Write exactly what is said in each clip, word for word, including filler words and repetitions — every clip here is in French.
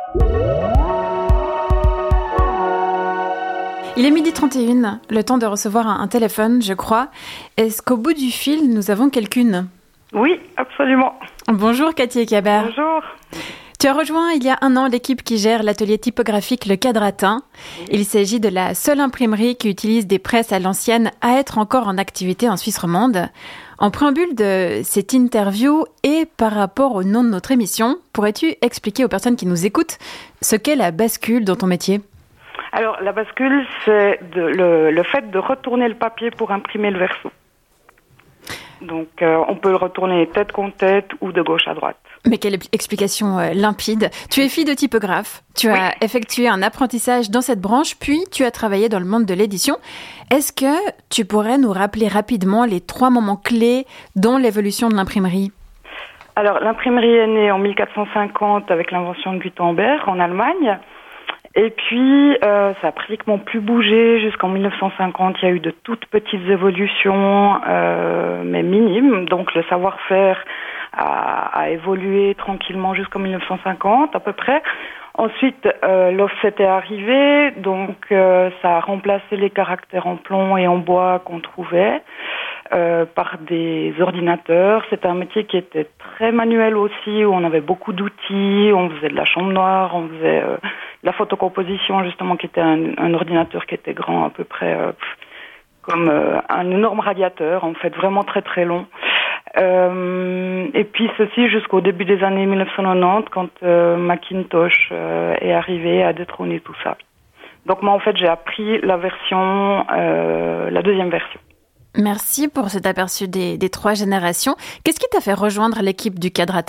Il est midi trente et un, le temps de recevoir un, un téléphone, je crois. Est-ce qu'au bout du fil, nous avons quelqu'une ? Oui, absolument. Bonjour Cathy Ekabert. Bonjour. Tu as rejoint il y a un an l'équipe qui gère l'atelier typographique Le Quadratin. Oui. Il s'agit de la seule imprimerie qui utilise des presses à l'ancienne à être encore en activité en Suisse romande. En préambule de cette interview et par rapport au nom de notre émission, pourrais-tu expliquer aux personnes qui nous écoutent ce qu'est la bascule dans ton métier ? Alors, la bascule, c'est de, le, le fait de retourner le papier pour imprimer le verso. Donc, euh, on peut le retourner tête contre tête ou de gauche à droite. Mais quelle explication euh, limpide. Tu es fille de typographe. Tu oui. as effectué un apprentissage dans cette branche, puis tu as travaillé dans le monde de l'édition. Est-ce que tu pourrais nous rappeler rapidement les trois moments clés dans l'évolution de l'imprimerie ? Alors, l'imprimerie est née en mille quatre cent cinquante avec l'invention de Gutenberg en Allemagne. Et puis, euh, ça a pratiquement plus bougé jusqu'en mille neuf cent cinquante. Il y a eu de toutes petites évolutions, euh, mais minimes. Donc, le savoir-faire a, a évolué tranquillement jusqu'en mille neuf cent cinquante à peu près. Ensuite, euh, l'offset est arrivé, donc euh, ça a remplacé les caractères en plomb et en bois qu'on trouvait euh, par des ordinateurs. C'était un métier qui était très manuel aussi, où on avait beaucoup d'outils, on faisait de la chambre noire, on faisait euh, de la photocomposition justement, qui était un, un ordinateur qui était grand à peu près euh, comme euh, un énorme radiateur, en fait, vraiment très très long. Euh, et puis ceci jusqu'au début des années mille neuf cent quatre-vingt-dix, quand euh, Macintosh euh, est arrivé à détrôner tout ça. Donc moi en fait j'ai appris la version, euh, la deuxième version. Merci pour cet aperçu des, des trois générations. Qu'est-ce qui t'a fait rejoindre l'équipe du Quadratin ?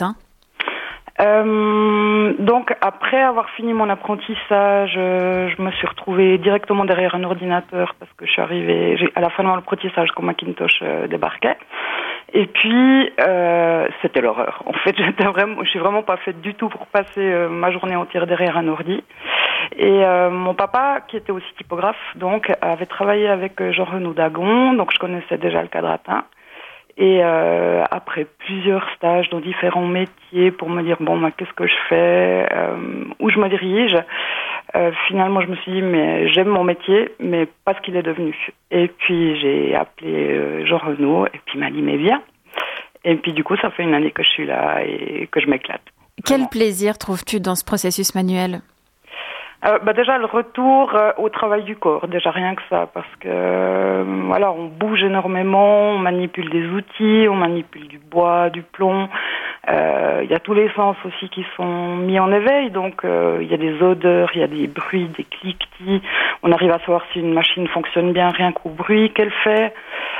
Euh, donc après avoir fini mon apprentissage, euh, je me suis retrouvée directement derrière un ordinateur parce que je suis arrivée j'ai, à la fin de mon apprentissage quand Macintosh euh, débarquait. Et puis euh, c'était l'horreur. En fait, j'étais vraiment, je suis vraiment pas faite du tout pour passer euh, ma journée entière derrière un ordi. Et euh, mon papa, qui était aussi typographe, donc avait travaillé avec euh, Jean-Renaud Dagon, donc je connaissais déjà le Quadratin. Et euh, après plusieurs stages dans différents métiers pour me dire bon, bah, qu'est-ce que je fais, euh, où je me dirige, euh, finalement je me suis dit mais j'aime mon métier, mais pas ce qu'il est devenu. Et puis j'ai appelé euh, Jean Renaud et puis il m'a dit mais viens. Et puis du coup ça fait une année que je suis là et que je m'éclate. Quel Vraiment. plaisir trouves-tu dans ce processus manuel ? Euh, bah déjà le retour euh, au travail du corps, déjà rien que ça, parce que euh, voilà, on bouge énormément, on manipule des outils, on manipule du bois, du plomb. Il euh, y a tous les sens aussi qui sont mis en éveil, donc il euh, y a des odeurs, il y a des bruits, des cliquetis. On arrive à savoir si une machine fonctionne bien rien qu'au bruit qu'elle fait.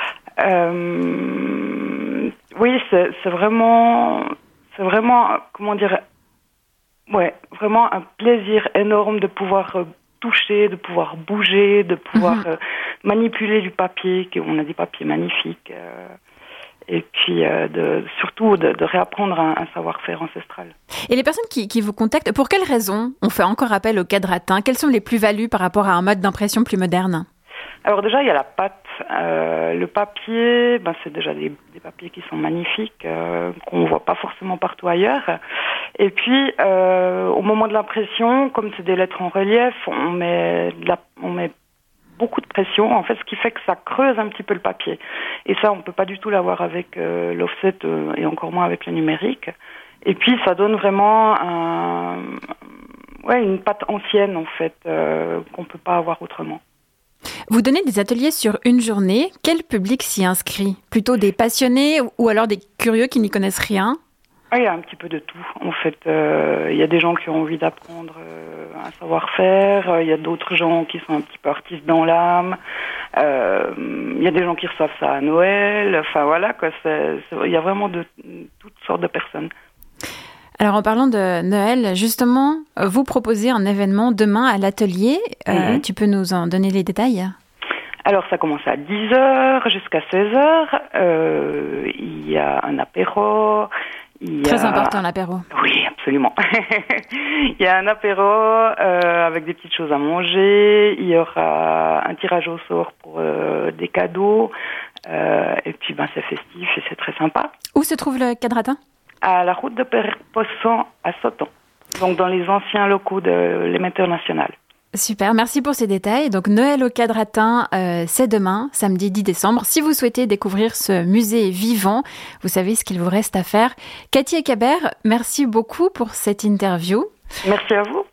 Euh, oui, c'est, c'est vraiment, c'est vraiment, comment dire. Ouais, vraiment un plaisir énorme de pouvoir euh, toucher, de pouvoir bouger, de pouvoir mmh. euh, manipuler du papier. On a des papiers magnifiques. Euh, et puis, euh, de, surtout, de, de réapprendre un, un savoir-faire ancestral. Et les personnes qui, qui vous contactent, pour quelles raisons on fait encore appel au Quadratin ? Quelles sont les plus-values par rapport à un mode d'impression plus moderne ? Alors déjà, il y a la pâte. Euh, le papier, ben, c'est déjà des, des papiers qui sont magnifiques, euh, qu'on ne voit pas forcément partout ailleurs. Et puis, euh, au moment de l'impression, comme c'est des lettres en relief, on met, de la, on met beaucoup de pression, en fait, ce qui fait que ça creuse un petit peu le papier. Et ça, on ne peut pas du tout l'avoir avec euh, l'offset euh, et encore moins avec le numérique. Et puis, ça donne vraiment un, ouais, une pâte ancienne, en fait, euh, qu'on ne peut pas avoir autrement. Vous donnez des ateliers sur une journée. Quel public s'y inscrit ? Plutôt des passionnés ou alors des curieux qui n'y connaissent rien ? Il y a un petit peu de tout. En fait, euh, il y a des gens qui ont envie d'apprendre euh, un savoir-faire. Il y a d'autres gens qui sont un petit peu artistes dans l'âme. Euh, il y a des gens qui reçoivent ça à Noël. Enfin voilà, quoi. C'est, c'est, il y a vraiment de toutes sortes de personnes. Alors, en parlant de Noël, justement, vous proposez un événement demain à l'atelier. Euh, mm-hmm. Tu peux nous en donner les détails ? Alors, ça commence à dix heures jusqu'à seize heures. Euh, il y a un apéro. Il y Très a... important, l'apéro. Oui, absolument. Il y a un apéro euh, avec des petites choses à manger. Il y aura un tirage au sort pour euh, des cadeaux. Euh, et puis, ben, c'est festif et c'est très sympa. Où se trouve le Quadratin ? À la route de Père-Poisson à Sauton. donc dans les anciens locaux de l'émetteur national. Super, merci pour ces détails. Donc Noël au Quadratin, euh, c'est demain, samedi dix décembre. Si vous souhaitez découvrir ce musée vivant, vous savez ce qu'il vous reste à faire. Cathy Ekabert, merci beaucoup pour cette interview. Merci à vous.